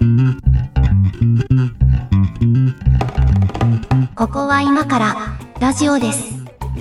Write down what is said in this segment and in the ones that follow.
ここは今からラジオです。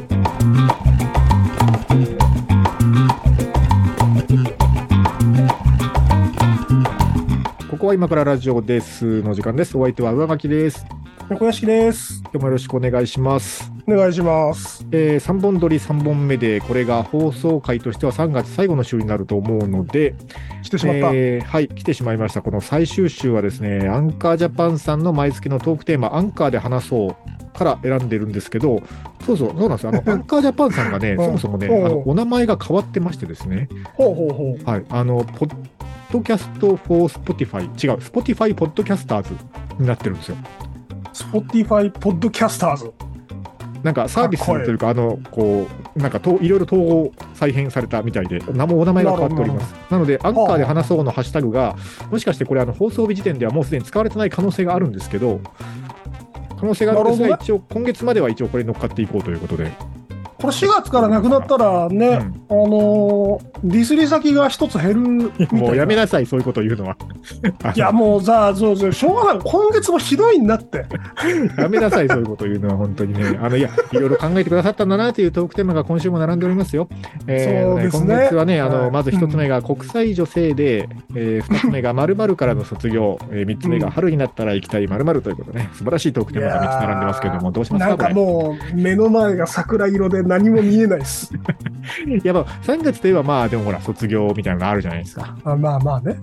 ここは今からラジオですの時間です。お相手は上書きです。 小屋敷です。 今日もよろしくお願いします。 お願いします。 3本撮り3本目で、これが放送回としては3月最後の週になると思うので、 来てしまった。 はい、来てしまいました。この最終週はですね、アンカージャパンさんの毎月のトークテーマ、アンカーで話そうから選んでるんですけど、そうなんですよ。アンカージャパンさんがね、そもそもね、お名前が変わってましてですね。はい、ポッドキャスト for Spotify、違う、Spotify ポッドキャスターズになってるんですよ。 Spotify ポッドキャスターズ。 なんかサービスというか、なんかいろいろ統合再編されたみたいで、お名前が変わっております。なので、アンカーで話そうのハッシュタグが、もしかしてこれ、放送日時点ではもうすでに使われてない可能性があるんですけど、可能性があるんですが、一応、今月までは一応これに乗っかっていこうということで。 これ4月からなくなったらね、ディスり先が一つ減るみたいな。 もうやめなさい、そういうこと言うのは。 いや、もうさ、しょうがない。今月もひどいんだって。 やめなさい、そういうこと言うのは、本当にね。いろいろ考えてくださったんだなというトークテーマが今週も並んでおりますよ。 そうですね。 今月はね、まず一つ目が国際女性で、二つ目が〇〇からの卒業、三つ目が春になったら行きたい〇〇ということね、素晴らしいトークテーマが3つ並んでますけども、どうしますか、 なんかもう、目の前が桜色で何も見えないです。 いや、3月といえば、まあ、でもほら、卒業みたいなのあるじゃないですか。 まあね。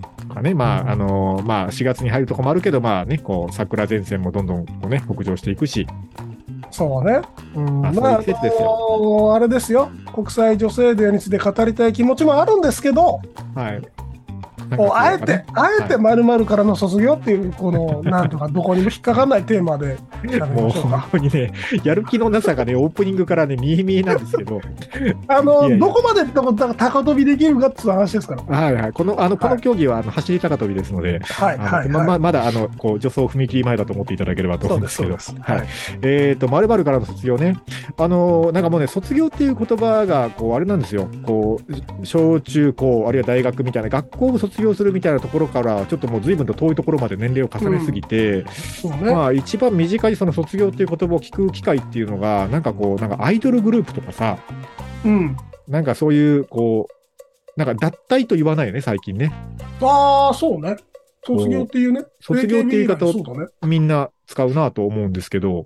4月に入るとこもあるけど、まあね、桜前線もどんどん北上していくし。 そうね。 そういう季節ですよ。 あれですよ。国際女性デーについて語りたい気持ちもあるんですけど、 はい。 あえて〇〇からの卒業っていう、なんとかどこにも引っかかんないテーマでやりましょうか。 もう本当にね、やる気のなさがね、オープニングからね、見え見えなんですけど。 どこまで高飛びできるかっていう話ですから。 はいはい。この競技は走り高跳びですので、まだ助走踏切前だと思っていただければと思うんですけど。はい。〇〇からの卒業ね。なんかもうね、卒業っていう言葉が、あれなんですよ。小中高、あるいは大学みたいな、学校を卒業するみたいなところから、ちょっともう随分と遠いところまで年齢を重ねすぎて、まあ一番身近にその卒業っていう言葉を聞く機会っていうのが、なんかアイドルグループとかさ、なんかそういう、なんか脱退と言わないよね、最近ね。 ああ、そうね。卒業っていうね。 卒業っていう言い方をみんな使うなと思うんですけど。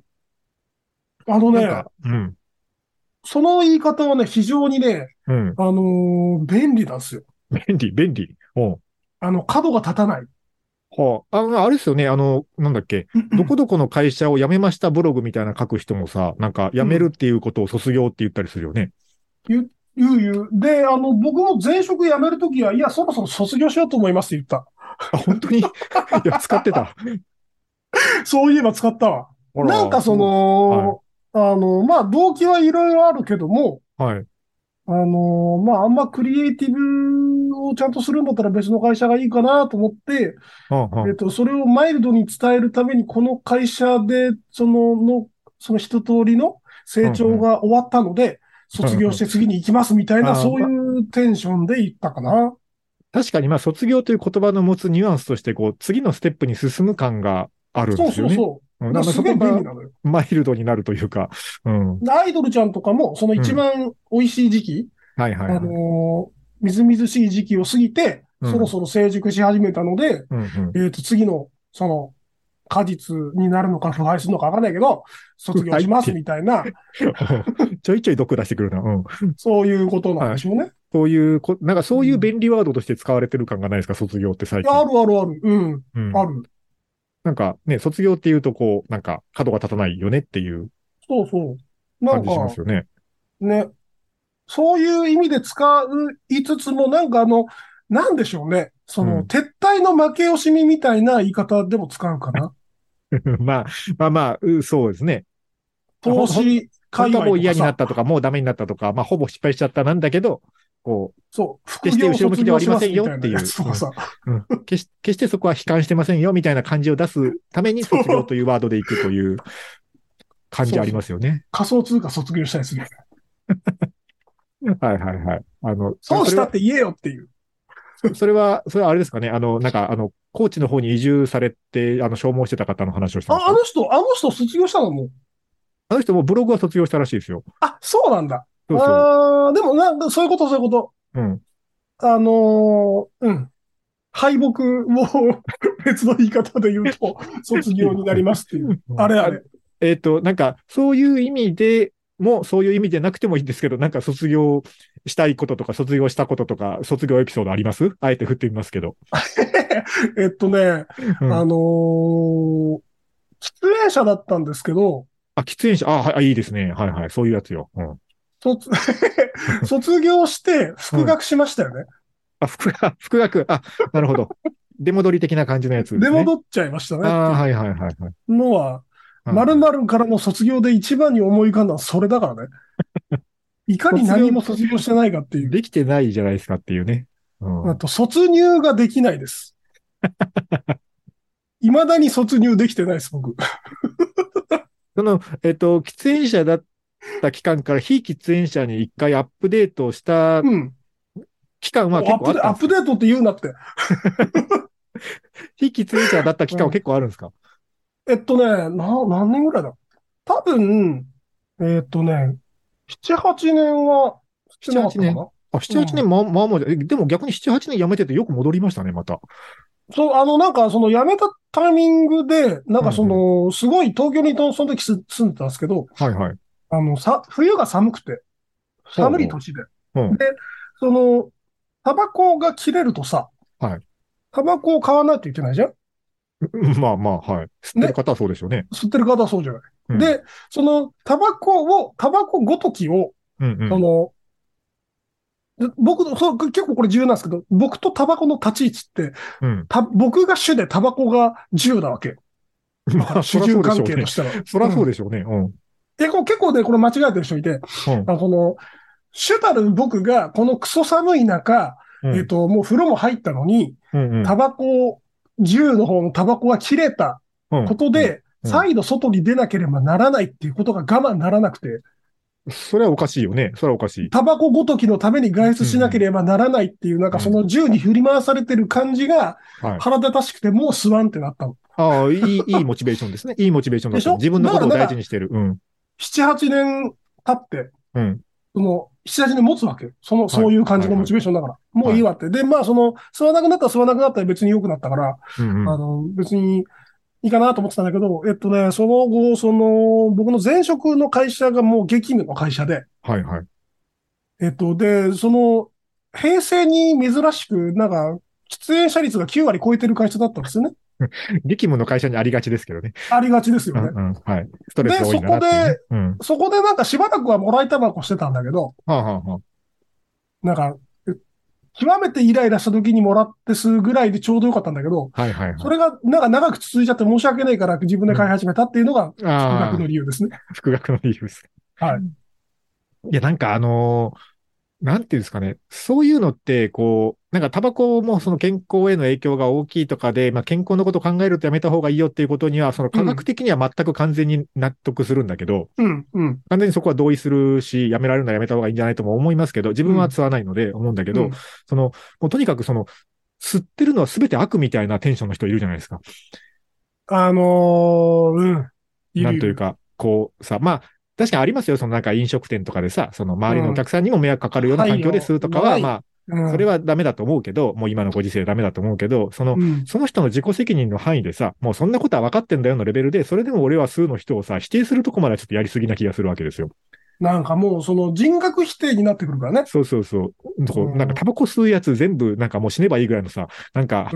その言い方はね、非常にね、便利なんですよ。 便利。 角が立たない。 あれですよね、なんだっけ、どこどこの会社を辞めましたブログみたいな書く人もさ、なんか辞めるっていうことを卒業って言ったりするよね。 言う。で、僕も前職辞めるときは、いや、そろそろ卒業しようと思いますって言った。 あ、本当にいや、使ってた。 そういえば使ったわ。なんかまあ、動機はいろいろあるけども、 はい。 あんまクリエイティブをちゃんとするんだったら別の会社がいいかなと思って、それをマイルドに伝えるために、この会社で、その一通りの成長が終わったので、卒業して次に行きますみたいな、そういうテンションで言ったかな。 確かに、卒業という言葉の持つニュアンスとして、次のステップに進む感があるんですよね。 すげえ便利なのよ。 マイルドになるというか。 アイドルちゃんとかも、その一番美味しい時期、みずみずしい時期を過ぎて、そろそろ成熟し始めたので、次の、果実になるのか腐敗するのかわかんないけど、卒業しますみたいな。 ちょいちょい毒出してくるな。 そういうことなんでしょうね。 なんかそういう便利ワードとして使われてる感がないですか、卒業って最近。 ある。ある。 なんかね、卒業っていうとなんか角が立たないよねっていう感じしますよね。 ね。そういう意味で使いつつも、なんかなんでしょうね。撤退の負け惜しみみたいな言い方でも使うかな。 そうですね。 投資本当はもう嫌になったとか、もうダメになったとか、ほぼ失敗しちゃったなんだけど、決して後ろ向きではありませんよっていう。決してそこは悲観してませんよみたいな感じを出すために卒業というワードでいくという感じありますよね。 仮想通貨卒業したりする。 はい。 損したって言えよっていう。 それはあれですかね。高知の方に移住されて、消耗してた方の話をしてます。 あの人卒業したのも。 あの人もブログは卒業したらしいですよ。 あ、そうなんだ。 そうそう。 ああ、でもなんか、そういうこと、そういうこと。 うん。 うん。敗北を別の言い方で言うと、卒業になりますっていう。あれあれ。 そういう意味でも、そういう意味でなくてもいいんですけど、なんか卒業したいこととか、卒業したこととか、卒業エピソードあります？あえて振ってみますけど。 えっとね、 うん。 喫煙者だったんですけど、 あ、喫煙者、はい、いいですね。はいはい。そういうやつよ。うん。 卒卒業してうん。 復学しましたよね。 あ、復学。あ、なるほど。出戻り的な感じのやつで出すね。 戻っちゃいましたああ、 ねっていうはいはいはいはい。 のは、〇 はいはい。 〇からの卒業で一番に思い浮かんだのはそれだからね。いかに卒業何も卒業してないかっていう。 できてないじゃないですかっていうね。うん。 あと、卒入ができないです。未だに卒入できてないです、僕。 喫煙者だった期間から非喫煙者に一回アップデートしたうん。 期間は結構あったんですか？ アップデートって言うなって。 非喫煙者だった期間はうん。 結構あるんですか？ 何年ぐらいだ多分、7、8年はして 7、 なかっ 8年。 たかな。 あ、7、8年、 うん。 まあまあ、でも逆に7、8年辞めててよく戻りましたね、また。 そう、なんか、その辞めたタイミングで、なんかうんうん。 すごい東京にその時住んでたんですけど、 はいはい。 冬が寒くて、 ほうほ寒い土地で。 う。うん。 で、その、タバコが切れるとさ、 はい。 タバコを買わないといけないじゃん。 まあまあ、はい。吸ってるね。 方はそうでしょうね。 吸ってる方はそうじゃない。 うん。 で、タバコごときを、 うんうん。 その、結構これ重要なんですけど、僕とタバコの立ち位置って、 うん。 僕が主でタバコが10なわけ。だからまあ、そらそうでし主従関ょうね。 係としたら。 そらうん。 そうでしょうね。うん。 結構ね、これ間違えてる人いて、 うん。 この、主たる僕がこのクソ寒い中、 うん。 もう風呂も入ったのに、 うんうん。 タバコ、10の方のタバコが切れたうん。うん。 ことで、 うん。 再度外に出なければならないっていうことが我慢ならなくて、 それはおかしいよね。それはおかしい。 タバコごときのために外出しなけうんればならないっていう、なんうん。うん。 かその銃に振り回されてる感じがはい。 腹立たしくてもう吸わんってなったの。 ああ、いいモチベーションですね。いいモチベーションだった。 でしょ自分のことをだから、 大事にしてる。うん。 7、8年経って、 うん。 7、8年持つわけよ。 はい。 そういう感じのモはいはい。 チベーションだから。もういはい。 いわって。で、まあ、吸わなくなったら吸わなくなったら別に良くなったから、 うんうん。 別にいいかなと思ってたんだけど、その後、僕の前職の会社がもう激務の会社で、 はいはい。 で、平成に珍しく、なんか、喫煙者率が9割超えてる会社だったんですよね。 激務の会社にありがちですけどね。 ありがちですよね。 うんうん。はい。ストレスで、 が多いんだなっていうね。うん。 そこでなんかしばらくはもらいタバコしてたんだけど、 はあはあはなんか、極めてイライラした時にもらって吸うぐらいでちょうどよかったんだけど、 あ。はいはいはい。 それがなんか長く続いちゃって申し訳ないから自分でうん。 買い始めたっていうのが復学ああ、 の理由ですね。 復学の理由です。 はい。 いや、なんていうんですかね。そういうのって、なんかタバコもその健康への影響が大きいとかで、まあ健康のことを考えるとやめた方がいいよっていうことには、その科学うん、 的には全く完全に納得するんだけど、 うん、うん、 完全にそこは同意するし、やめられるのはやめた方がいいんじゃないとも思いますけど、自分はうん、 吸わないので思うんだけど、 うん。 もうとにかく吸ってるのは全て悪みたいなテンションの人いるじゃないですか。 うん。いるいる。 なんというか、まあ、確かにありますよ。そのなんか飲食店とかでさ、その周りのおうん。 客さんにも迷惑かかるような環境で配慮吸うとかは、まのない。 あ、それうん、 はダメだと思うけど、もう今のご時世ダメだと思うけど、 うん。 その人の自己責任の範囲でさ、もうそんなことは分かってんだよのレベルで、それでも俺は数の人をさ、否定するとこまではちょっとやりすぎな気がするわけですよ。 なんかもうその人格否定になってくるからね。 そうそうそう。なんかうん、 タバコ吸うやつ全部なんかもう死ねばいいぐらいのさ、なんか、 うん。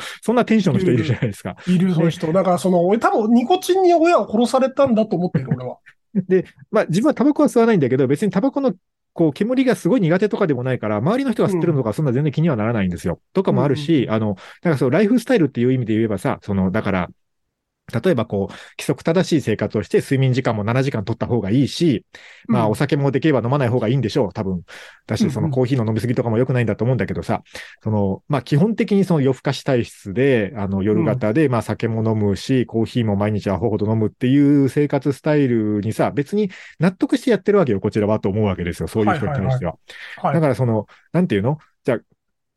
そんなテンションの人いるじゃいるいる。 ないですか。 いる、そういうで、 人。だから俺多分ニコチンに親を殺されたんだと思っている、俺は。 まあ自分はタバコは吸わないんだけど、別にタバコの煙がすごい苦手とかでもないから、周りの人が吸ってるのうん、 とかそんな全然気にはならないんですよ。とかうん、うもあるし、 ん、 なんかライフスタイルっていう意味で言えばさ、だから、例えば規則正しい生活をして睡眠時間も7時間取った方がいいし、まあおうん、 酒もできれば飲まない方がいいんでしょう、多分。だし、 うん、うん。 コーヒーの飲みすぎとかも良くないんだと思うんだけどさ、まあ基本的に夜更かし体質で、夜うん。 型で、まあ酒も飲むし、コーヒーも毎日アホほど飲むっていう生活スタイルにさ、別に納得してやってるわけよ、こちらはと思うわけですよ、そういうはい人にはいはい。 対しては。 はい。 だからなんていうのじゃあ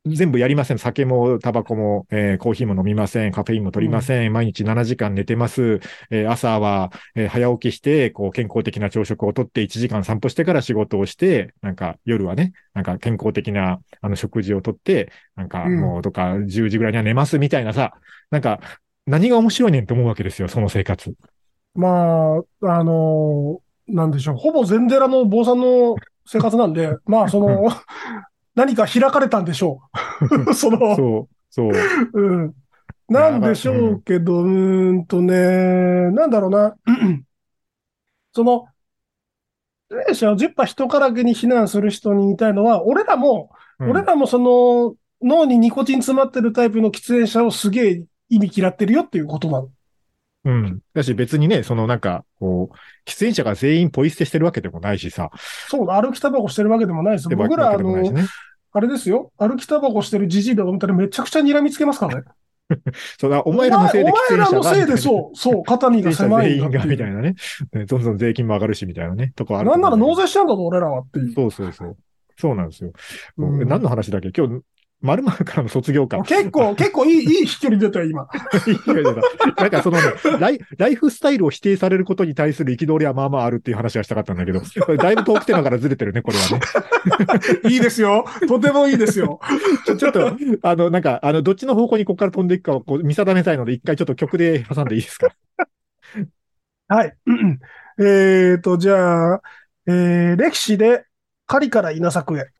全部やりません。酒もタバコも、コーヒーも飲みません。カフェインも取りません。毎日7時間寝てます。朝は、早起きして、こう、健康的な朝食をとって1時間散歩してから仕事をして、なんか夜はね、なんか健康的な、食事をとって、なんかもうとか10時ぐらいには寝ますみたいなさ、なんか、何が面白いねんと思うわけですよ、その生活。 まあ、なんでしょう。ほぼ禅寺の坊さんの生活なんで、まあ、何か開かれたんでしょう。 そう、そう。 うん。なんでしょうけど、なんだろうな。その、10波人からげに避難する人に言いたいのは、俺らも脳にニコチン詰まってるタイプの喫煙者をすげえ意味嫌ってるよっていうことなの。 うん。だし別にね、なんか、こう、喫煙者が全員ポイ捨てしてるわけでもないしさ。 そう、歩きタバコしてるわけでもないです。僕ら、あれですよ。歩きタバコしてるじじいでも見たらめちゃくちゃ睨みつけますからね。 そうだ、お前らのせいで喫煙者が。 お前らのせいで肩身が狭いんだっていう。 全員がみたいなね。どんどん税金も上がるしみたいなね。とこある。 なんなら納税しちゃうんだぞ、俺らはっていう。 そうそうそう。そうなんですよ。何の話だっけ今日、〇〇からの卒業か。 結構いい飛距離出たよ、今。 いい飛距離出た。なんかね、ライフスタイルを否定されることに対する憤りはまあまああるっていう話はしたかったんだけど、だいぶトークテーマからずれてるね、これはね。いいですよ。とてもいいですよ。 ちょっと、なんか、どっちの方向にここから飛んでいくかをこう見定めたいので、一回ちょっと曲で挟んでいいですか？ はい。じゃあ、歴史で狩りから稲作へ。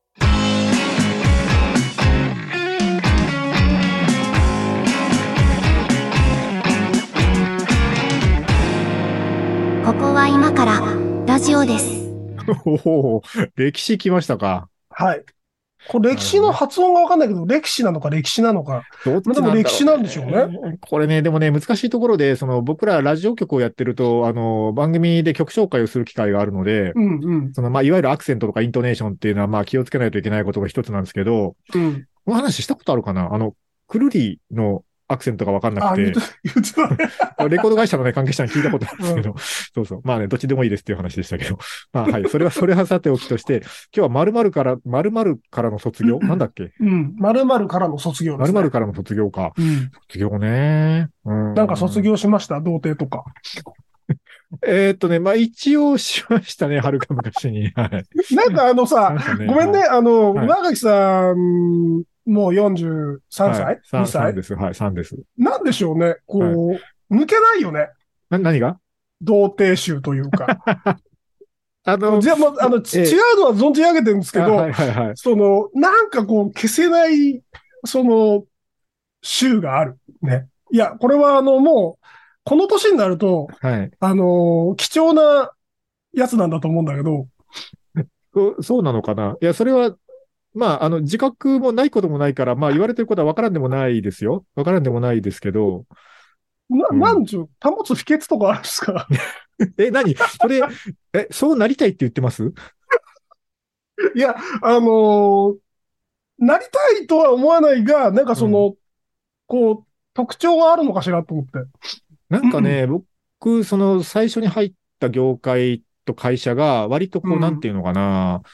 ここは今からラジオです。 おお、歴史来ましたか。 はい。これ歴史の発音がわかんないけど、歴史なのか歴史なのか。 どっちなんだろうね。 でも歴史なんでしょうね。 これね、でもね、難しいところで、僕らラジオ局をやってると、番組で曲紹介をする機会があるので、まあ、いわゆるアクセントとかイントネーションっていうのは、まあ、気をつけないといけないことが一つなんですけど、この話したことあるかな？くるりのアクセントがわかんなくて、レコード会社のね、関係者に聞いたことあるんですけど、そうそう。まあね、どっちでもいいですっていう話でしたけど。まあはい。それはさておきとして、今日は〇〇からの卒業なんだっけ？ 〇〇からの卒業ですね。 〇〇からの卒業か。卒業ね。 なんか卒業しました童貞とか。 まあ一応しましたね、はるか昔に。はい。 なんかさ、ごめんね、上垣さん、もう43歳 ?2 歳 ?3 です。はい、3です。 なんでしょうね。こう、抜けないよね。 何が？ 童貞臭というか。 違うのは存じ上げてるんですけど、なんかこう、消せない、臭がある。ね。いや、これはもう、この年になると、貴重なやつなんだと思うんだけど。 そうなのかな？いや、それは、まあ、自覚もないこともないから、まあ、言われてることは分からんでもないですよ。分からんでもないですけど。 なんちゅう、保つ秘訣とかあるんですか？ 何それ、そうなりたいって言ってます？ いや、なりたいとは思わないが、なんかこう、特徴があるのかしらと思って。 なんかね、僕、最初に入った業界と会社が、割とこう、なんていうのかな、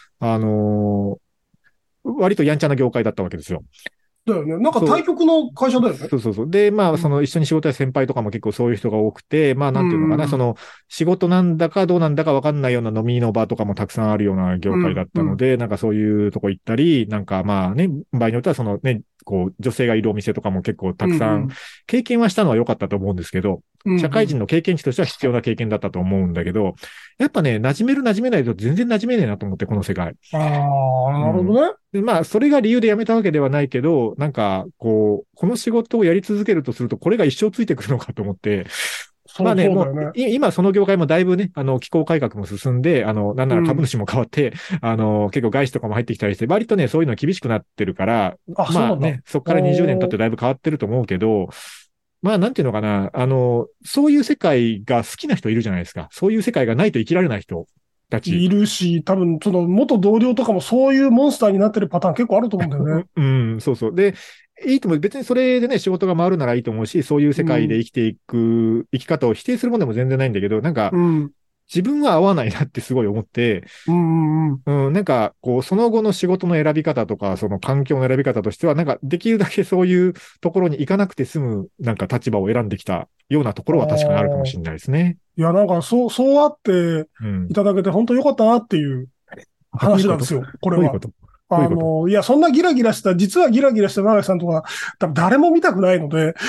割とやんちゃな業界だったわけですよ。 だよね。なんか対局の会社だよね。 そう。で、まあ、一緒に仕事や先輩とかも結構そういう人が多くて、まあ、なんていうのかな、仕事なんだかどうなんだかわかんないような飲みの場とかもたくさんあるような業界だったので、なんかそういうとこ行ったり、なんかまあね、場合によってはこう、女性がいるお店とかも結構たくさん、経験はしたのは良かったと思うんですけど、社会人の経験値としては必要な経験だったと思うんだけど、やっぱね、馴染めないと全然馴染めねえなと思って、この世界。 ああ、なるほどね。 で、まあ、それが理由で辞めたわけではないけど、なんか、この仕事をやり続けるとすると、これが一生ついてくるのかと思って、まあね、もう、今その業界もだいぶね、機構改革も進んで、なんなら株主も変わって、結構外資とかも入ってきたりして、割とね、そういうのは厳しくなってるから、まあね、そこから20年経ってだいぶ変わってると思うけど、まあ、なんていうのかな、そういう世界が好きな人いるじゃないですか。そういう世界がないと生きられない人たち。 いるし、多分、元同僚とかもそういうモンスターになってるパターン結構あると思うんだよね。そうそう。で、いいと思う。別にそれでね、仕事が回るならいいと思うし、そういう世界で生きていく、生き方を否定するものでも全然ないんだけど、なんか、 自分は合わないなってすごい思って、なんか、こう、その後の仕事の選び方とか、その環境の選び方としては、なんか、できるだけそういうところに行かなくて済む、なんか立場を選んできたようなところは確かにあるかもしれないですね。 いや、なんか、そうあっていただけて本当良かったなっていう話なんですよ、これは。 どういうことどういうこといや、そんなギラギラした、実はギラギラした長井さんとか、多分誰も見たくないので、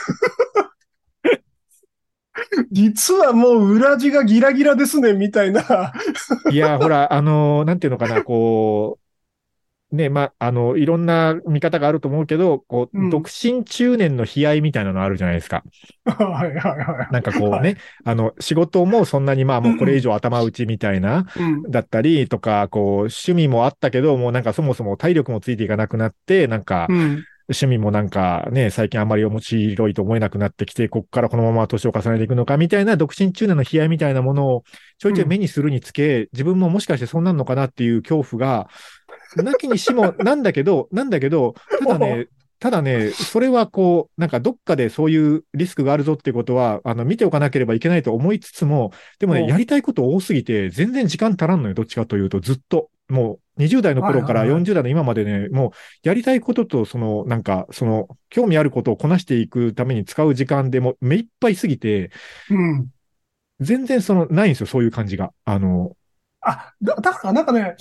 実はもう裏地がギラギラですね、みたいな。 いや、ほら、なんていうのかな、こう、ね、まあ、いろんな見方があると思うけど、こう、独身中年の悲哀みたいなのあるじゃないですか。 はいはいはい。 なんかこうね、 はい、 仕事もそんなにまあもうこれ以上頭打ちみたいな、だったりとか、こう、趣味もあったけど、もうなんかそもそも体力もついていかなくなって、なんか、趣味もなんかね、最近あんまり面白いと思えなくなってきて、こっからこのまま年を重ねていくのかみたいな独身中年の悲哀みたいなものをちょいちょい目にするにつけ、自分ももしかしてそうなんのかなっていう恐怖が、なきにしもなんだけど、ただね、それはこう、なんかどっかでそういうリスクがあるぞってことは、見ておかなければいけないと思いつつも、でもね、やりたいこと多すぎて、全然時間足らんのよ、どっちかというと、ずっと。もう、20代の頃から40代の今までね、もう、やりたいことと、なんか、興味あることをこなしていくために使う時間でもう目いっぱいすぎて、全然ないんですよ、そういう感じが。 だからなんかね、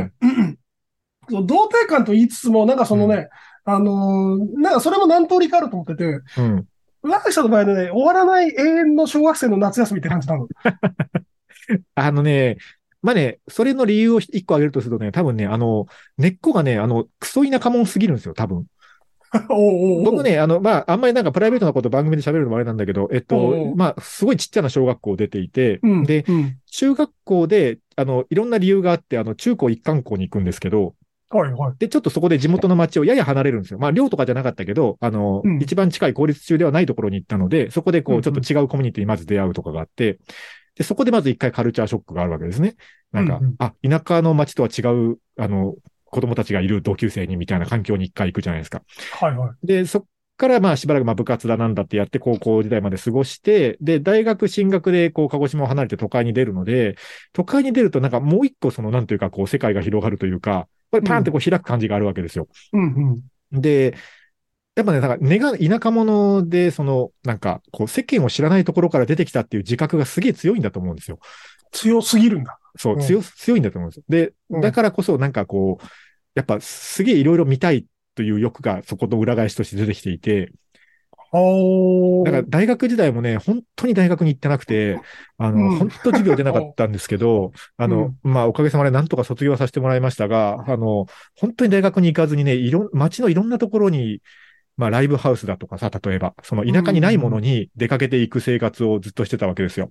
童貞感と言いつつも、なんかなんかそれも何通りかあると思ってて、若い人の場合でね、終わらない永遠の小学生の夏休みって感じなの。 まあね、それの理由を一個挙げるとするとね、多分ね、根っこがね、クソ田舎者すぎるんですよ、多分。僕ね、まあ、あんまりなんかプライベートなこと番組で喋るのもあれなんだけど、まあ、すごいちっちゃな小学校を出ていて、で、中学校で、いろんな理由があって、中高一貫校に行くんですけど、で、ちょっとそこで地元の町をやや離れるんですよ。まあ、寮とかじゃなかったけど、一番近い公立中ではないところに行ったので、そこでこう、ちょっと違うコミュニティにまず出会うとかがあって、で、そこでまず一回カルチャーショックがあるわけですね。なんか、田舎の町とは違う、子供たちがいる同級生にみたいな環境に一回行くじゃないですか。で、そっからまあしばらくまあ部活だなんだってやって高校時代まで過ごして、で、大学進学でこう鹿児島を離れて都会に出るので、都会に出るとなんかもう一個なんというかこう世界が広がるというか、これパーンってこう開く感じがあるわけですよ。で、やっぱね、なんか根が田舎者で、なんか、こう、世間を知らないところから出てきたっていう自覚がすげえ強いんだと思うんですよ。 強すぎるんだ。 そう、強いんだと思うんですよ。で、だからこそ、なんかこう、やっぱすげえいろいろ見たいという欲がそこの裏返しとして出てきていて、だから大学時代もね、本当に大学に行ってなくて、本当授業出なかったんですけど、まあ、おかげさまでなんとか卒業させてもらいましたが、本当に大学に行かずにね、街のいろんなところに、まあ、ライブハウスだとかさ、例えば、その田舎にないものに出かけていく生活をずっとしてたわけですよ。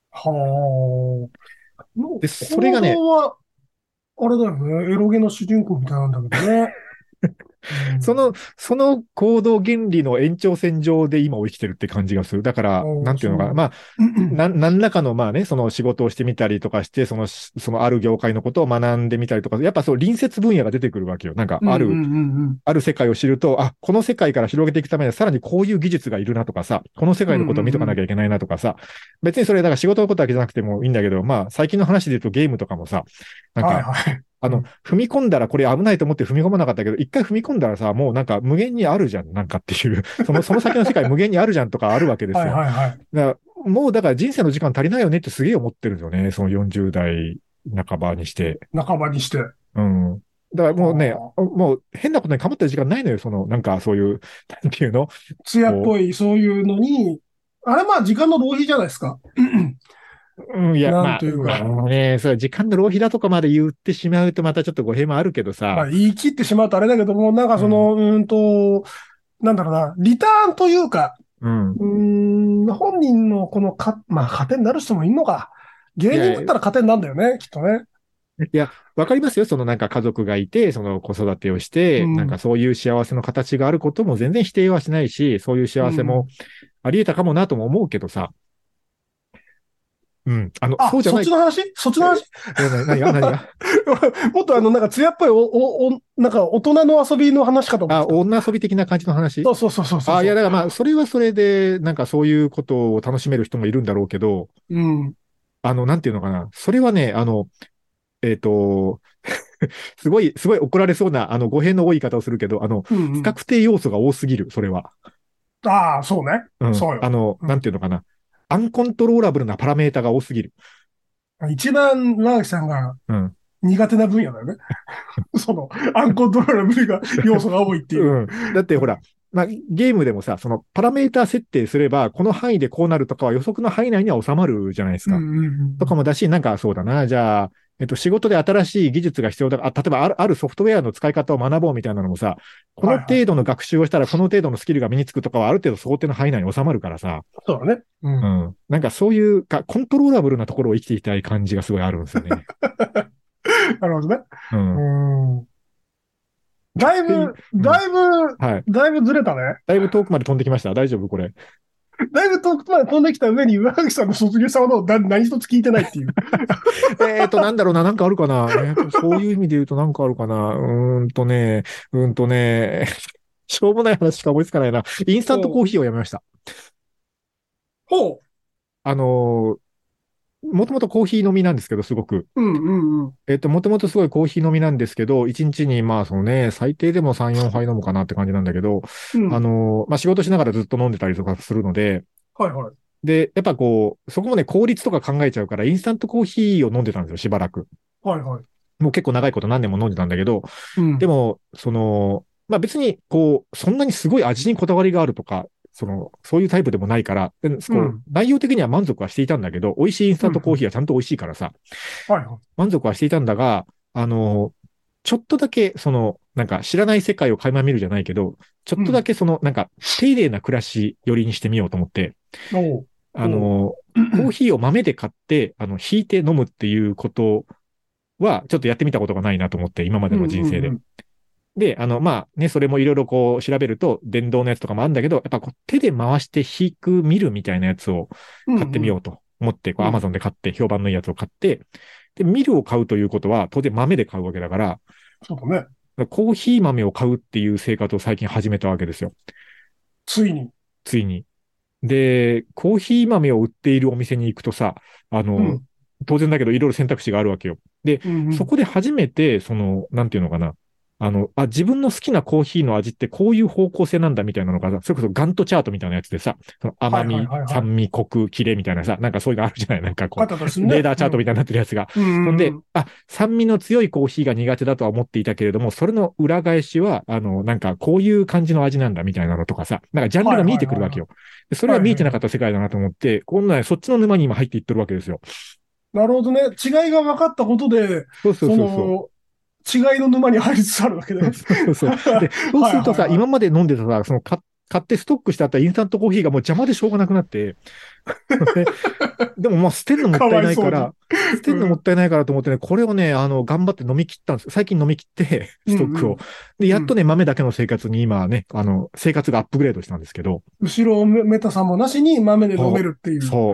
で、それがね、 あれだよね、エロゲの主人公みたいなんだけどね。 その行動原理の延長線上で今を生きてるって感じがする。だから、なんていうのかな。まあ、何らかの、まあね、その仕事をしてみたりとかして、そのある業界のことを学んでみたりとか、やっぱそう隣接分野が出てくるわけよ。なんか、ある世界を知ると、あ、この世界から広げていくためにはさらにこういう技術がいるなとかさ、この世界のことを見とかなきゃいけないなとかさ、別にそれ、だから仕事のことだけじゃなくてもいいんだけど、まあ、最近の話で言うとゲームとかもさ、なんか、踏み込んだらこれ危ないと思って踏み込まなかったけど、一回踏み込んだらさ、もうなんか無限にあるじゃん、なんかっていう、その先の世界無限にあるじゃんとかあるわけですよ。もうだから人生の時間足りないよねってすげえ思ってるんですよね、その40代半ばにして。 半ばにして。 うん。だからもうね、もう変なことにかまってる時間ないのよ、なんかそういう、なんていうの艶っぽいそういうのに、あれまあ時間の浪費じゃないですか。 いや、まあ、ね、それ時間の浪費だとかまで言ってしまうとまたちょっと語弊もあるけどさ。 まあ言い切ってしまうとあれだけども、なんかなんだろうな、リターンというか、本人のこのまあ糧になる人もいるのか。芸人だったら糧になるんだよね、きっとね。 いや、わかりますよ。なんか家族がいて、その子育てをして、なんかそういう幸せの形があることも全然否定はしないし、そういう幸せもあり得たかもなとも思うけどさ。そうじゃない。 そっちの話何がもっとなんか艶っぽいなんか大人の遊びの話かと思った。 女遊び的な感じの話そう。 いや、だからまあ、それはそれで、なんかそういうことを楽しめる人もいるんだろうけど、 なんていうのかな。それはね、えっと、すごい怒られそうな、語弊の多い言い方をするけど、不確定要素が多すぎる、それは。 ああ、そうね。 うん。 そうよ。 なんていうのかな。アンコントローラブルなパラメータが多すぎる。 一番、長木さんがうん。 苦手な分野だよね。アンコントローラブルが、要素が多いっていう。 うん。だってほら、まあ、ゲームでもさ、そのパラメータ設定すれば、この範囲でこうなるとかは予測の範囲内には収まるじゃないですか。とかもだし、なんかそうだな。じゃあ、仕事で新しい技術が必要だ。例えばあるソフトウェアの使い方を学ぼうみたいなのもさ、この程度の学習をしたらこの程度のスキルが身につくとかはある程度想定の範囲内に収まるからさ。 そうだね。 うん。なんかそういうコントローラブルなところを生きていきたい感じがすごいあるんですよね。 なるほどね。 うん。はい。 だいぶずれたね。 だいぶ遠くまで飛んできました。大丈夫これ。 だいぶ遠くまで飛んできた上に、上垣さんの卒業したものを何一つ聞いてないっていう。 なんだろうな、なんかあるかな。そういう意味で言うとなんかあるかな。しょうもない話しか思いつかないな。インスタントコーヒーをやめました。 ほう。 あのもともとコーヒー飲みなんですけど、すごく。もともとすごいコーヒー飲みなんですけど、1日にまあそのね、最低でも3、4杯飲むかなって感じなんだけど、まあ仕事しながらずっと飲んでたりとかするので、 はいはい。 で、やっぱこう、そこもね、効率とか考えちゃうから、インスタントコーヒーを飲んでたんですよ、しばらく。 はいはい。 もう結構長いこと何年も飲んでたんだけど、でうん。 も、まあ別に、こう、そんなにすごい味にこだわりがあるとか、そういうタイプでもないから、内容的には満足はしていたんだけど、美味しいインスタントコーヒーはちゃんと美味しいからさ、 はいはい。 満足はしていたんだが、ちょっとだけ、なんか知らない世界を垣間見るじゃないけど、ちょっとだけなんか、丁寧な暮らし寄りにしてみようと思って、コーヒーを豆で買って、ひいて飲むっていうことは、ちょっとやってみたことがないなと思って、今までの人生で。で、まあね、それもいろいろこう調べると、電動のやつとかもあるんだけど、やっぱこう手で回して引く、見るみたいなやつを買ってみようと思って、こう Amazon で買って、評判のいいやつを買って、で、ミルを買うということは、当然豆で買うわけだから、 そうだね。 コーヒー豆を買うっていう生活を最近始めたわけですよ。 ついに。 ついに。で、コーヒー豆を売っているお店に行くとさ、当然だけどいろいろ選択肢があるわけよ。で、そこで初めて、なんていうのかな。自分の好きなコーヒーの味ってこういう方向性なんだみたいなのが、それこそガントチャートみたいなやつでさ、その甘み、酸味、コク、キレみたいなさ、なんかそういうのあるじゃないなんかこう、レーダーチャートみたいになってるやつが。ほんで、酸味の強いコーヒーが苦手だとは思っていたけれども、それの裏返しは、なんかこういう感じの味なんだみたいなのとかさ、なんかジャンルが見えてくるわけよ。それが見えてなかった世界だなと思って、今度はそっちの沼に今入っていってるわけですよ。 なるほどね。違いが分かったことで、違いの沼に入りつつあるわけね。 そうそう。で、そうするとさ、今まで飲んでたさ、買ってストックしてあったインスタントコーヒーがもう邪魔でしょうがなくなって、でもまあ捨てるのもったいないから、捨てるのもったいないからと思ってね、これをね、頑張って飲み切ったんです。最近飲み切って、ストックを。で、やっとね、豆だけの生活に今ね、生活がアップグレードしたんですけど。 後ろメタさんもなしに豆で飲めるっていう。 そう。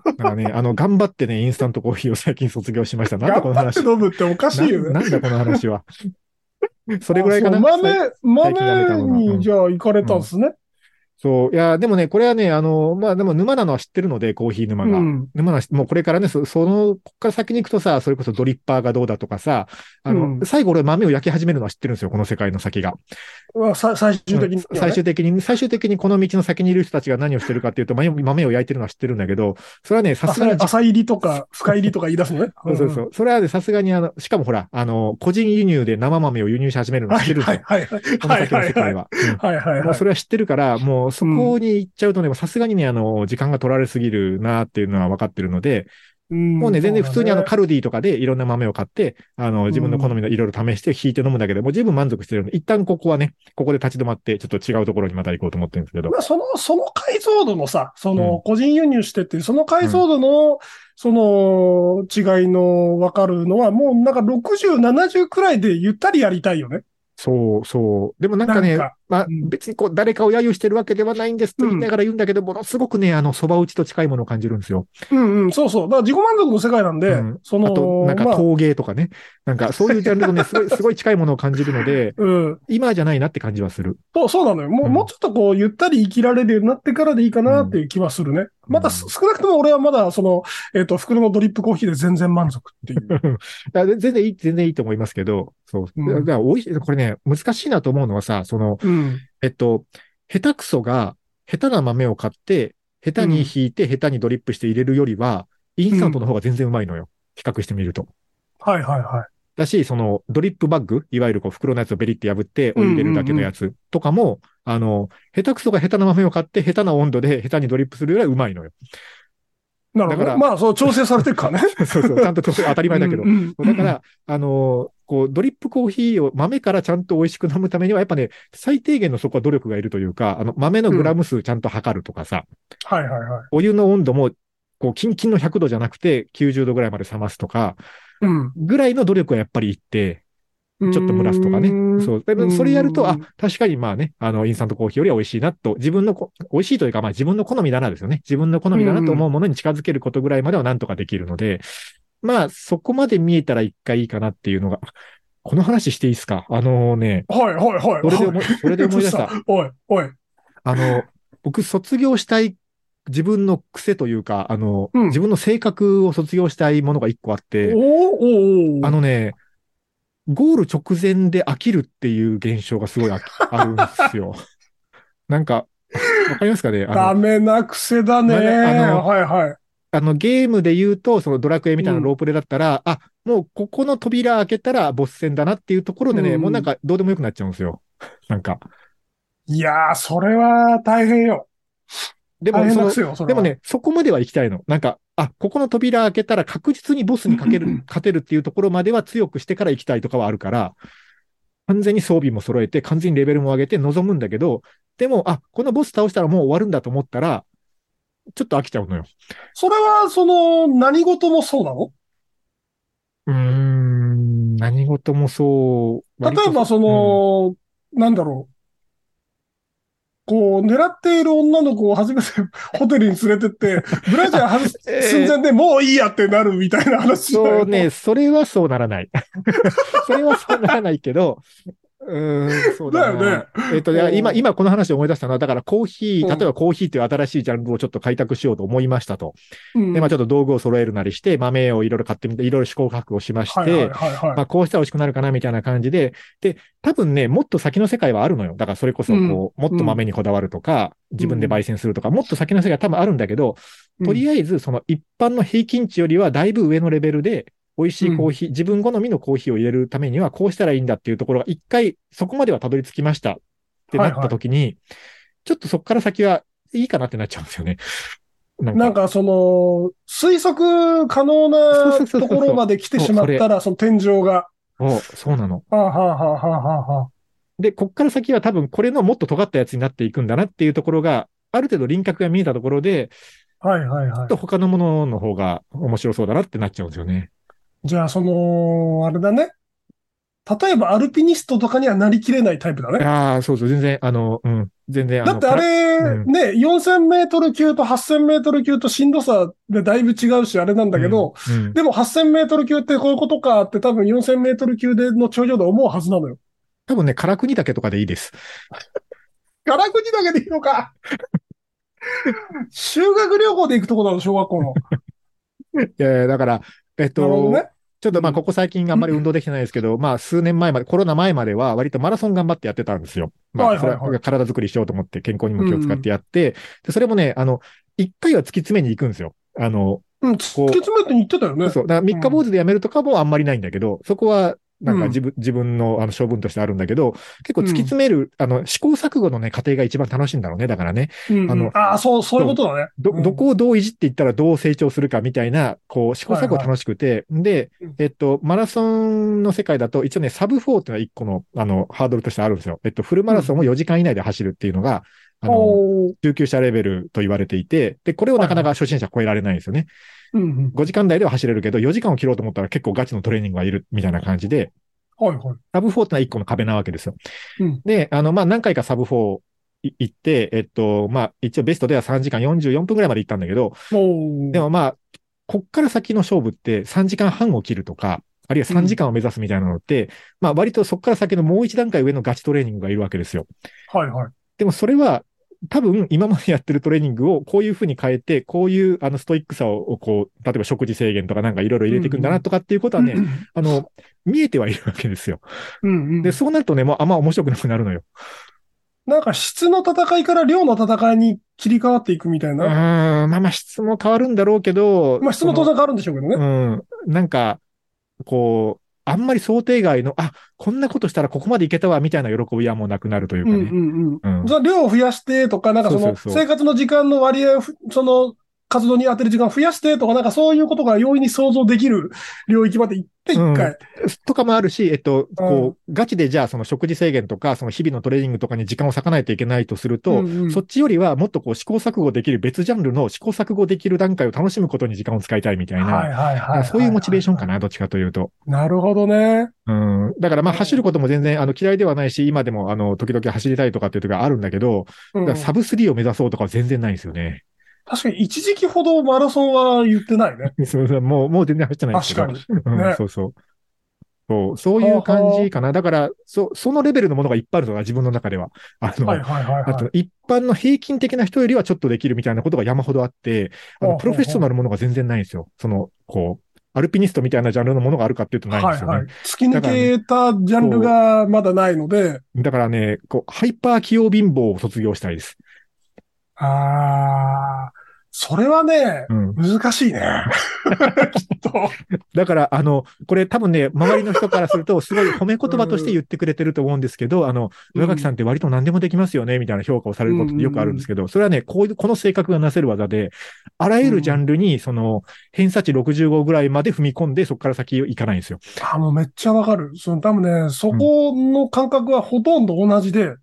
だからね、頑張ってね、インスタントコーヒーを最近卒業しました。なんだこの話。 頑張って飲むっておかしいよね。 なんだこの話は。それぐらいかな。 豆にじゃあ行かれたんですね。 そう。いや、でもね、これはね、まあでも沼なのは知ってるので、コーヒー沼が。沼な、もうこれからね、こっから先に行くとさ、それこそドリッパーがどうだとかさ、最後俺豆を焼き始めるのは知ってるんですよ、この世界の先が。 最終的に、 最終的にこの道の先にいる人たちが何をしてるかっていうと、豆を焼いてるのは知ってるんだけど、それはね、さすがに。 朝入りとか、深入りとか言い出すのね。 そう。それはね、さすがにしかもほら、個人輸入で生豆を輸入し始めるの知ってるんですよ。この先の世界は。もうそれは知ってるから、もうそこに行っちゃうとね、さすがにね、時間が取られすぎるなっていうのは分かってるので、もうね、全然普通にカルディとかでいろんな豆を買って、自分の好みのいろいろ試して引いて飲むんだけど、もう十分満足してるので、一旦ここはね、ここで立ち止まって、ちょっと違うところにまた行こうと思ってるんですけど。 その解像度のさ、個人輸入してっていう、その解像度の、違いの分かるのは、もうなんか60、70くらいでゆったりやりたいよね。 そう。でもなんかね、まあ、別にこう、誰かを揶揄してるわけではないんですと言いながら言うんだけど、ものすごくね、蕎麦打ちと近いものを感じるんですよ。 そう。だから自己満足の世界なんで、 あと、なんか陶芸とかね。なんかそういうジャンルとね、すごい近いものを感じるので、今じゃないなって感じはする。 そうなのよ。もうちょっとこう、ゆったり生きられるようになってからでいいかなっていう気はするね。 まだ少なくとも俺はまだ、袋のドリップコーヒーで全然満足っていう。 全然いいと思いますけど、そう。だから美味しい、これね、難しいなと思うのはさ、下手くそが、下手な豆を買って、下手に引いて、下手にドリップして入れるよりは、インスタントの方が全然うまいのよ。比較してみると。 はいはいはい。 だし、ドリップバッグ、いわゆる袋のやつをベリって破って、お湯入れるだけのやつとかも、下手くそが下手な豆を買って、下手な温度で下手にドリップするよりはうまいのよ。 なるほど。だからまあ、そう、調整されてるからね。 そうそう、ちゃんと当たり前だけど。だから、ドリップコーヒーを豆からちゃんと美味しく飲むためには、やっぱね、最低限のそこは努力がいるというか、豆のグラム数ちゃんと測るとかさ、 はいはいはい。 お湯の温度も、キンキンの100度じゃなくて、90度ぐらいまで冷ますとか、ぐらいの努力はやっぱりいって、ちょっと蒸らすとかね。そう。それやると、確かにまあね、インスタントコーヒーよりは美味しいなと、美味しいというか、まあ自分の好みだなですよね。自分の好みだなと思うものに近づけることぐらいまではなんとかできるので、まあそこまで見えたら一回いいかなっていうのが、この話していいですか？ はいはいはい。 それで思い出した。 おい。 僕卒業したい自分の癖というか、自分の性格を卒業したいものが一個あって、ゴール直前で飽きるっていう現象がすごいあるんですよ。なんか、わかりますかね？ ダメな癖だね。はいはい。 ゲームで言うと、そのドラクエみたいなロープレだったら、もうここの扉開けたらボス戦だなっていうところでね、もうなんかどうでもよくなっちゃうんですよ。なんか。 いやー、それは大変よ。 でもね、そこまでは行きたいの。なんか、ここの扉開けたら確実にボスに勝てるっていうところまでは強くしてから行きたいとかはあるから、完全に装備も揃えて、完全にレベルも上げて望むんだけど、でも、このボス倒したらもう終わるんだと思ったら、ちょっと飽きちゃうのよ。 それは、何事もそうなの？ 何事もそう。 例えば、なんだろう。狙っている女の子を初めてホテルに連れてって、ブラジャー外す寸前でもういいやってなるみたいな話だよ。 そうね、それはそうならない。それはそうならないけど、そうだよね。今この話を思い出したのは、だからコーヒー、例えばコーヒーという新しいジャンルをちょっと開拓しようと思いましたと。で、ちょっと道具を揃えるなりして、豆をいろいろ買ってみて、いろいろ試行錯誤しまして、こうしたら美味しくなるかなみたいな感じで、で、多分ね、もっと先の世界はあるのよ。だからそれこそ、もっと豆にこだわるとか、自分で焙煎するとか、もっと先の世界多分あるんだけど、とりあえず、その一般の平均値よりはだいぶ上のレベルで、美味しいコーヒー、自分好みのコーヒーを入れるためにはこうしたらいいんだっていうところが一回そこまではたどり着きましたってなった時に、ちょっとそこから先はいいかなってなっちゃうんですよね。 なんか推測可能なところまで来てしまったら、その天井が。 そうなの。で、こっから先は多分これのもっと尖ったやつになっていくんだなっていうところが、ある程度輪郭が見えたところで、ちょっと他のものの方が面白そうだなってなっちゃうんですよね。 じゃあ、あれだね。例えば、アルピニストとかにはなりきれないタイプだね。 そう、全然、全然、 だってあれ、ね、4000メートル級と8000メートル級としんどさでだいぶ違うし、あれなんだけど、でも8000メートル級ってこういうことかって多分4000メートル級での頂上で思うはずなのよ。 多分ね、唐国岳とかでいいです。 唐国岳でいいのか。修学旅行で行くとこだろ、小学校の。 いや、だから、ちょっとここ最近あんまり運動できてないですけど、数年前まで、コロナ前までは割とマラソン頑張ってやってたんですよ。それは体作りしようと思って健康にも気を使ってやって、で、それもね、一回は突き詰めに行くんですよ。 突き詰めてに行ってたよね。 そう。だから三日坊主でやめるとかもあんまりないんだけど、そこは、なんか自分の性分としてあるんだけど、結構突き詰める、試行錯誤のね、過程が一番楽しいんだろうね。だからね。 そういうことだね。 どこをどういじっていったらどう成長するかみたいな、試行錯誤楽しくて、で、マラソンの世界だと一応ね、サブ4っていうのは一個の、ハードルとしてあるんですよ。フルマラソンを4時間以内で走るっていうのが、中級者レベルと言われていて、で、これをなかなか初心者超えられないんですよね。5時間台では走れるけど、4時間を切ろうと思ったら結構ガチのトレーニングがいるみたいな感じで、サブ4ってのは1個の壁なわけですよ。で、何回かサブ4行って、一応ベストでは3時間44分ぐらいまで行ったんだけど、でもこっから先の勝負って3時間半を切るとか、あるいは3時間を目指すみたいなのって、割とそこから先のもう一段階上のガチトレーニングがいるわけですよ。でもそれは、 多分今までやってるトレーニングをこういうふうに変えて、こういうストイックさをこう、例えば食事制限とかなんかいろいろ入れていくんだなとかっていうことはね、見えてはいるわけですよ。で、そうなるとね、もうあんま面白くなくなるのよ。 なんか質の戦いから量の戦いに切り替わっていくみたいな。 まあ質も変わるんだろうけど。 まあ質も当然変わるんでしょうけどね。 なんか、こう、あんまり想定外の、こんなことしたらここまでいけたわ、みたいな喜びはもうなくなるというかね。 その量を増やしてとか、なんかその生活の時間の割合を、その活動に当てる時間を増やしてとか、なんかそういうことが容易に想像できる領域まで行って一回。 とかもあるし、こう、ガチでじゃあその食事制限とか、その日々のトレーニングとかに時間を割かないといけないとすると、そっちよりはもっとこう試行錯誤できる別ジャンルの試行錯誤できる段階を楽しむことに時間を使いたいみたいな、そういうモチベーションかな、どっちかというと。 なるほどね。 だからまあ走ることも全然嫌いではないし、今でも時々走りたいとかっていう時があるんだけど、サブ3を目指そうとかは全然ないんですよね。 確かに一時期ほどマラソンは言ってないね。 もう全然走ってないですけど。 確かに。ね、 そういう感じかな。だから、そのレベルのものがいっぱいあるとか、自分の中では。あと、一般の平均的な人よりはちょっとできるみたいなことが山ほどあって、プロフェッショナルものが全然ないんですよ。アルピニストみたいなジャンルのものがあるかっていうとないんですよね。 突き抜けたジャンルがまだないので。 だからね、ハイパー器用貧乏を卒業したいです。 それはね、難しいね。きっと。 だから、これ多分ね、周りの人からすると、すごい褒め言葉として言ってくれてると思うんですけど、上垣さんって割と何でもできますよね、みたいな評価をされることってよくあるんですけど、それはね、この性格がなせる技で、あらゆるジャンルに、偏差値65ぐらいまで踏み込んで、そこから先行かないんですよ。 もうめっちゃわかる。多分ね、そこの感覚はほとんど同じで、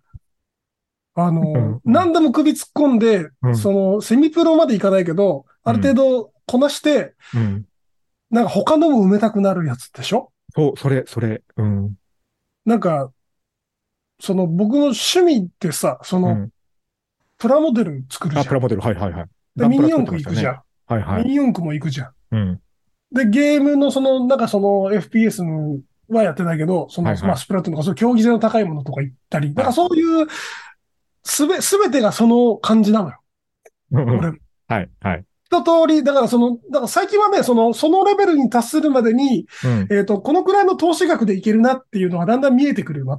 何でも首突っ込んで、セミプロまでいかないけど、ある程度こなして、なんか他のも埋めたくなるやつでしょ？ それ。 なんか、僕の趣味ってさ、プラモデル作るじゃん。 プラモデル、はい。 で、ミニ四駆行くじゃん。ミニ四駆も行くじゃん。で、ゲームのなんかFPS はやってないけど、まあ、スプラトゥーンとか、競技性の高いものとか行ったり、なんかそういう、すべてがその感じなのよ。俺。一通り、だから最近はね、そのレベルに達するまでに、このくらいの投資額でいけるなっていうのがだんだん見えてくるようになって。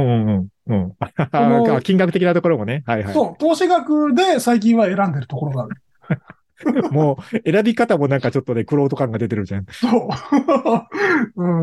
金額的なところもね。 そう、投資額で最近は選んでるところがある。 もう、選び方もなんかちょっとね、玄人感が出てるじゃん。 そう。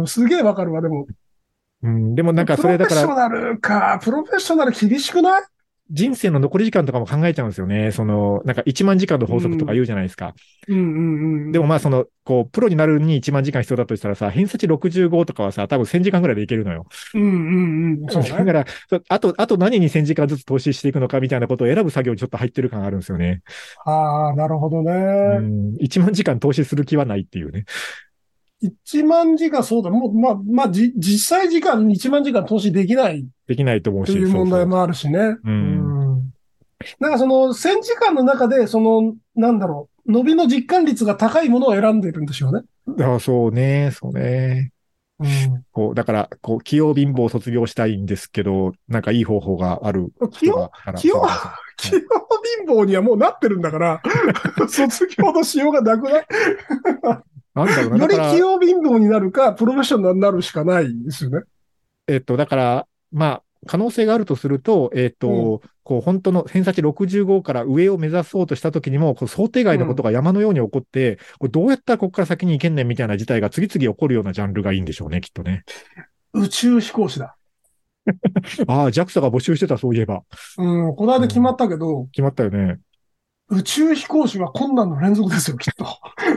すげえわかるわ、でも。 でもなんかそれだから。 プロフェッショナル厳しくない？ 人生の残り時間とかも考えちゃうんですよね。なんか1万時間の法則とか言うじゃないですか。でもまあプロになるに1万時間必要だとしたらさ、偏差値65とかはさ、多分1000時間ぐらいでいけるのよ。 そうね。 だから、あと何に1000時間ずつ投資していくのかみたいなことを選ぶ作業にちょっと入ってる感があるんですよね。 なるほどね。 1万時間投資する気はないっていうね。 1万時間、そうだ。もう、まあ、実際時間1万時間投資できない。 できないと思うし。 という問題もあるしね。なんか1000時間の中で、なんだろう、伸びの実感率が高いものを選んでるんでしょうね。 そうね。だから、器用貧乏を卒業したいんですけど、なんかいい方法がある人が。 器用貧乏にはもうなってるんだから、卒業のしようがなくない？ なんだろうな。 より器用貧乏になるか、プロフェッショナルになるしかないですよね。 だから、まあ、可能性があるとすると、本当の偏差値65から上を目指そうとしたときにも、想定外のことが山のように起こって、どうやったらここから先に行けんねんみたいな事態が次々起こるようなジャンルがいいんでしょうね、きっとね。 宇宙飛行士だ。 JAXA が募集してた、そういえば。 この間決まったけど。 決まったよね。 宇宙飛行士は困難の連続ですよ、きっと。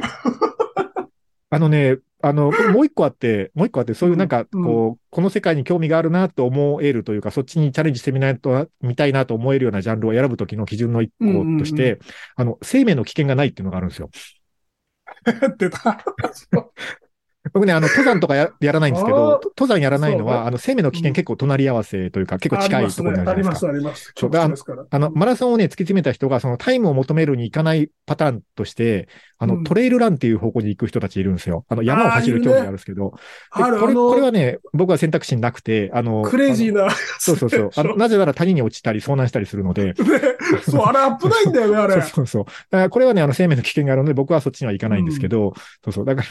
もう一個あって、そういうなんか、この世界に興味があるなと思えるというか、そっちにチャレンジしてみたいなと思えるようなジャンルを選ぶときの基準の一個として、生命の危険がないっていうのがあるんですよ。 出た。 僕ね、登山とかやらないんですけど、登山やらないのは、生命の危険結構隣り合わせというか、結構近いところになるじゃないですか。 あります。極地ですから。 マラソンをね、突き詰めた人が、そのタイムを求めるに行かないパターンとして、トレイルランっていう方向に行く人たちいるんですよ。山を走る競技あるんですけど。これはね、僕は選択肢になくて、 クレイジーな。 そう。なぜなら谷に落ちたり遭難したりするので。 そう、あれ危ないんだよね、あれ。 そう。だからこれはね、生命の危険があるので、僕はそっちには行かないんですけど、そう。だから、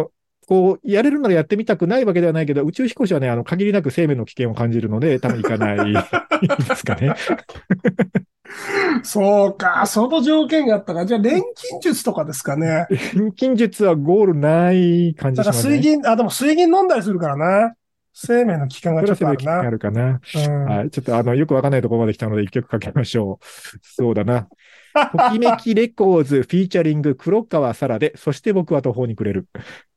こう、やれるならやってみたくないわけではないけど、宇宙飛行士はね、限りなく生命の危険を感じるので、多分行かないですかね。 そうか、その条件があったか。じゃあ、錬金術とかですかね。 錬金術はゴールない感じしますね。 でも水銀飲んだりするからな。生命の危険がちょっとあるな。 生命の危険があるかな。はい。ちょっとよくわかんないところまで来たので一曲かけましょう。そうだな。ときめきレコーズフィーチャリング黒川沙羅で、そして僕は途方に暮れる。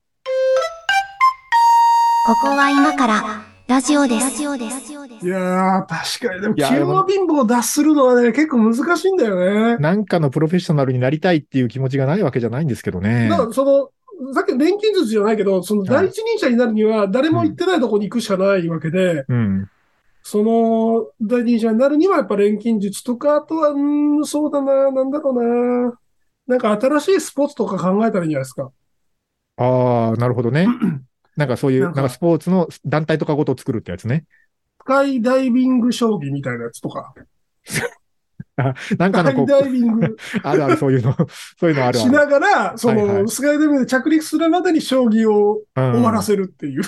ここは今からラジオです。 いやー、確かに。でも、中和貧乏を脱するのはね、結構難しいんだよね。 なんかのプロフェッショナルになりたいっていう気持ちがないわけじゃないんですけどね。 だからさっきの錬金術じゃないけど、その第一人者になるには誰も行ってないとこに行くしかないわけで、その第一人者になるにはやっぱ錬金術とか、あとは、そうだな、なんだろうな。なんか新しいスポーツとか考えたらいいんじゃないですか。 ああ、なるほどね。なんかそういう、なんかスポーツの団体とかごとを作るってやつね。 スカイダイビング将棋みたいなやつとか。 なんかのスカイダイビング。 あるそういうのある。 しながら、スカイダイビングで着陸するまでに将棋を終わらせるっていう。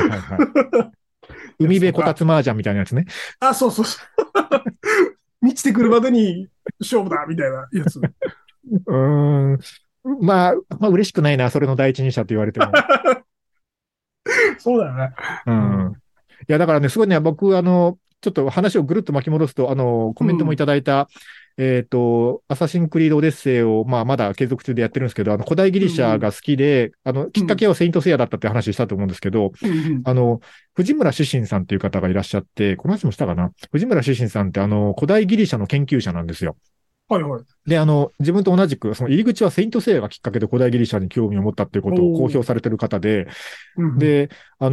海辺こたつ麻雀みたいなやつね。 あ、そう。満ちてくるまでに勝負だみたいなやつ。 まあ嬉しくないな、それの第一人者と言われても。 そうだよね。 いや、だからね、すごいね、僕、ちょっと話をぐるっと巻き戻すと、コメントもいただいた、アサシンクリードオデッセイを、まだ継続中でやってるんですけど、古代ギリシャが好きで、きっかけはセイントセイヤだったって話したと思うんですけど、藤村志信さんっていう方がいらっしゃって、この話もしたかな。藤村志信さんって、古代ギリシャの研究者なんですよ。で、自分と同じく、その入り口はセイントセイヤがきっかけで古代ギリシャに興味を持ったっていうことを公表されてる方で、で、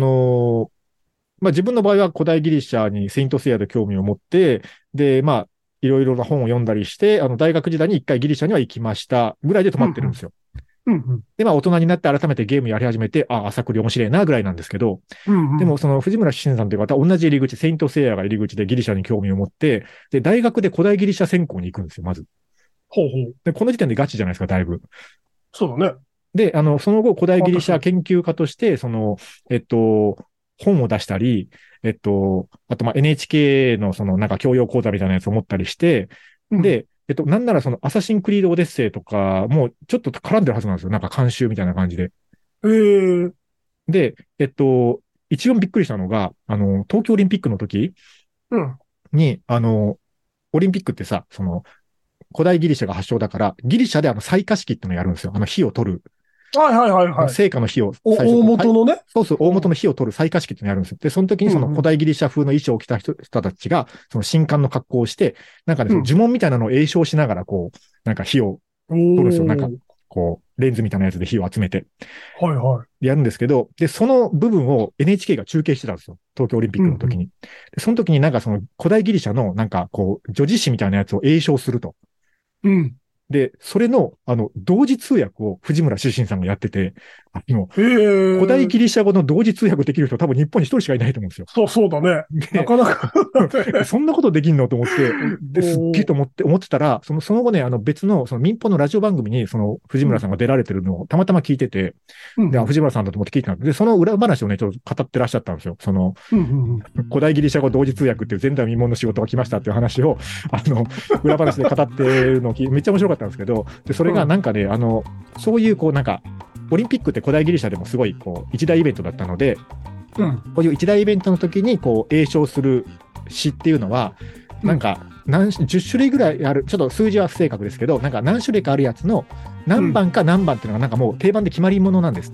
自分の場合は古代ギリシャにセイントセイヤで興味を持って、で、いろいろな本を読んだりして、大学時代に一回ギリシャには行きましたぐらいで止まってるんですよ。で、大人になって改めてゲームやり始めて、朝栗面白いなぐらいなんですけど、でもその藤村志信さんという方は同じ入り口、セイントセイヤが入り口でギリシャに興味を持って、で、大学で古代ギリシャ専攻に行くんですよ、まず。で、この時点でガチじゃないですか、だいぶ。 そうだね。 で、その後、古代ギリシャ研究家として、本を出したり、あと、NHK のなんか教養講座みたいなやつを持ったりして、で、なんならアサシンクリードオデッセイとかもちょっと絡んでるはずなんですよ。なんか監修みたいな感じで。で、一番びっくりしたのが、東京オリンピックの時に、オリンピックってさ、古代ギリシャが発祥だから、ギリシャで採火式っていうのをやるんですよ。火を取る。聖火の火を。 大元のね。 そう、大元の火を取る採火式っていうのをやるんですよ。で、その時に古代ギリシャ風の衣装を着た人たちが、神官の格好をして、なんかね、呪文みたいなのを詠唱しながら、なんか火を取るんですよ。なんか、レンズみたいなやつで火を集めて。やるんですけど、で、その部分を NHK が中継してたんですよ。東京オリンピックの時に。で、その時になんか古代ギリシャのなんか叙事詩みたいなやつを詠唱すると。で、それの、同時通訳を藤村志信さんがやってて、古代ギリシャ語の同時通訳できる人多分日本に一人しかいないと思うんですよ。 そうだね。なかなか。 そんなことできんのと思って、で、すっげえと思ってたら、その後ね、別の、民放のラジオ番組に、藤村さんが出られてるのをたまたま聞いてて、で、藤村さんだと思って聞いてたんで、その裏話をね、ちょっと語ってらっしゃったんですよ。古代ギリシャ語同時通訳っていう前代未聞の仕事が来ましたっていう話を、裏話で語ってるのを聞いて、めっちゃ面白かったんですけど、で、それがなんかね、そういうなんか、オリンピックって古代ギリシャでもすごい一大イベントだったので、こういう一大イベントの時に詠唱する詩っていうのは、なんか10種類ぐらいある、ちょっと数字は不正確ですけど、なんか何種類かあるやつの何番か何番っていうのがなんかもう定番で決まり物なんですって。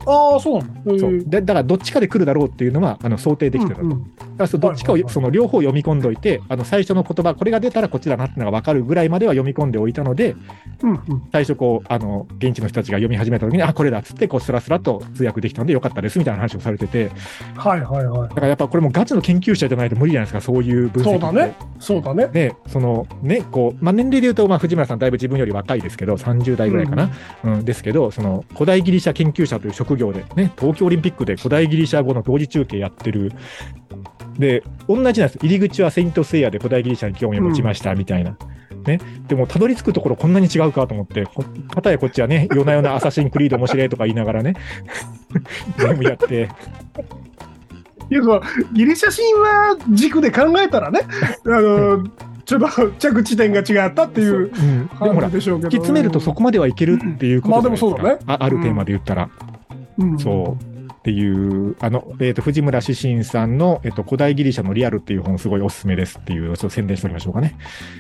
ああ、そうなの。 そうだからどっちかで来るだろうっていうのは想定できてた。だからどっちかをその両方読み込んどいて、最初の言葉これが出たらこっちだなっていうのが分かるぐらいまでは読み込んでおいたので、最初こう現地の人たちが読み始めた時にこれだっつってこうスラスラと通訳できたのでよかったですみたいな話をされてて、 はいはいはい。 だからやっぱこれもガチの研究者じゃないと無理じゃないですか、そういう分析。 そうだね。そうだね。 ね、こう、年齢で言うと藤村さんだいぶ自分より若いですけど、30代ぐらいかな、ですけど、古代ギリシャ研究者という職業でね、東京オリンピックで古代ギリシャ語の同時中継やってる。で、同じなんです。入り口はセイントセイヤで古代ギリシャに興味を持ちましたみたいな。ね、でもたどり着くところこんなに違うかと思って、片やこっちはね、夜な夜なアサシンクリード面白いとか言いながらね、ゲームやって。 いや、ギリシャ神話軸で考えたらね、ちょっと着地点が違ったっていう話でしょうけど、突き詰めるとそこまではいけるっていうことですか。 まあでもそうだね。 あるテーマで言ったら。そうっていう藤村志信さんの、古代ギリシャのリアルっていう本すごいおすすめですっていうちょっと宣伝しておきましょうかね。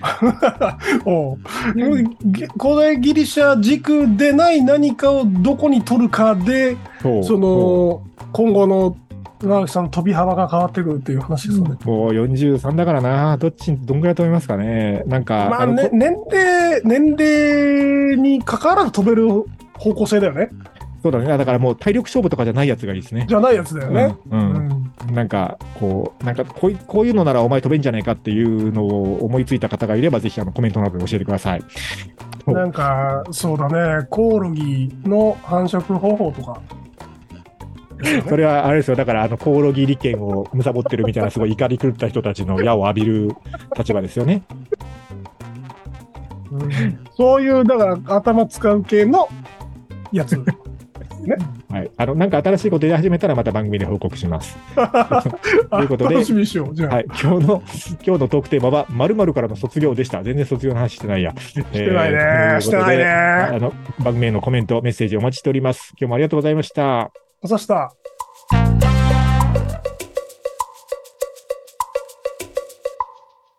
古代ギリシャ軸でない何かをどこに取るかで今後の村脇さんの飛び幅が変わってくるっていう話ですよね。 もう43だからな、どんぐらい飛びますかね。なんか、 まあ年齢に関わらず飛べる方向性だよね。 そうだね。だからもう体力勝負とかじゃないやつがいいですね。 じゃないやつだよね。 なんかこういうのならお前飛べんじゃないかっていうのを思いついた方がいればぜひコメントなどで教えてください。 なんかそうだね。コオロギの繁殖方法とか。 それはあれですよ。だからコオロギ利権を貪ってるみたいなすごい怒り狂った人たちの矢を浴びる立場ですよね。 そういうだから頭使う系のやつ。ね、 はい、なんか新しいことやり始めたらまた番組で報告します。ということで、 楽しみにしよう。じゃあ、 はい、今日のトークテーマは〇〇からの卒業でした。全然卒業の話してないや。 してないね。してないね。 番組へのコメント、メッセージお待ちしております。今日もありがとうございました。 あざした。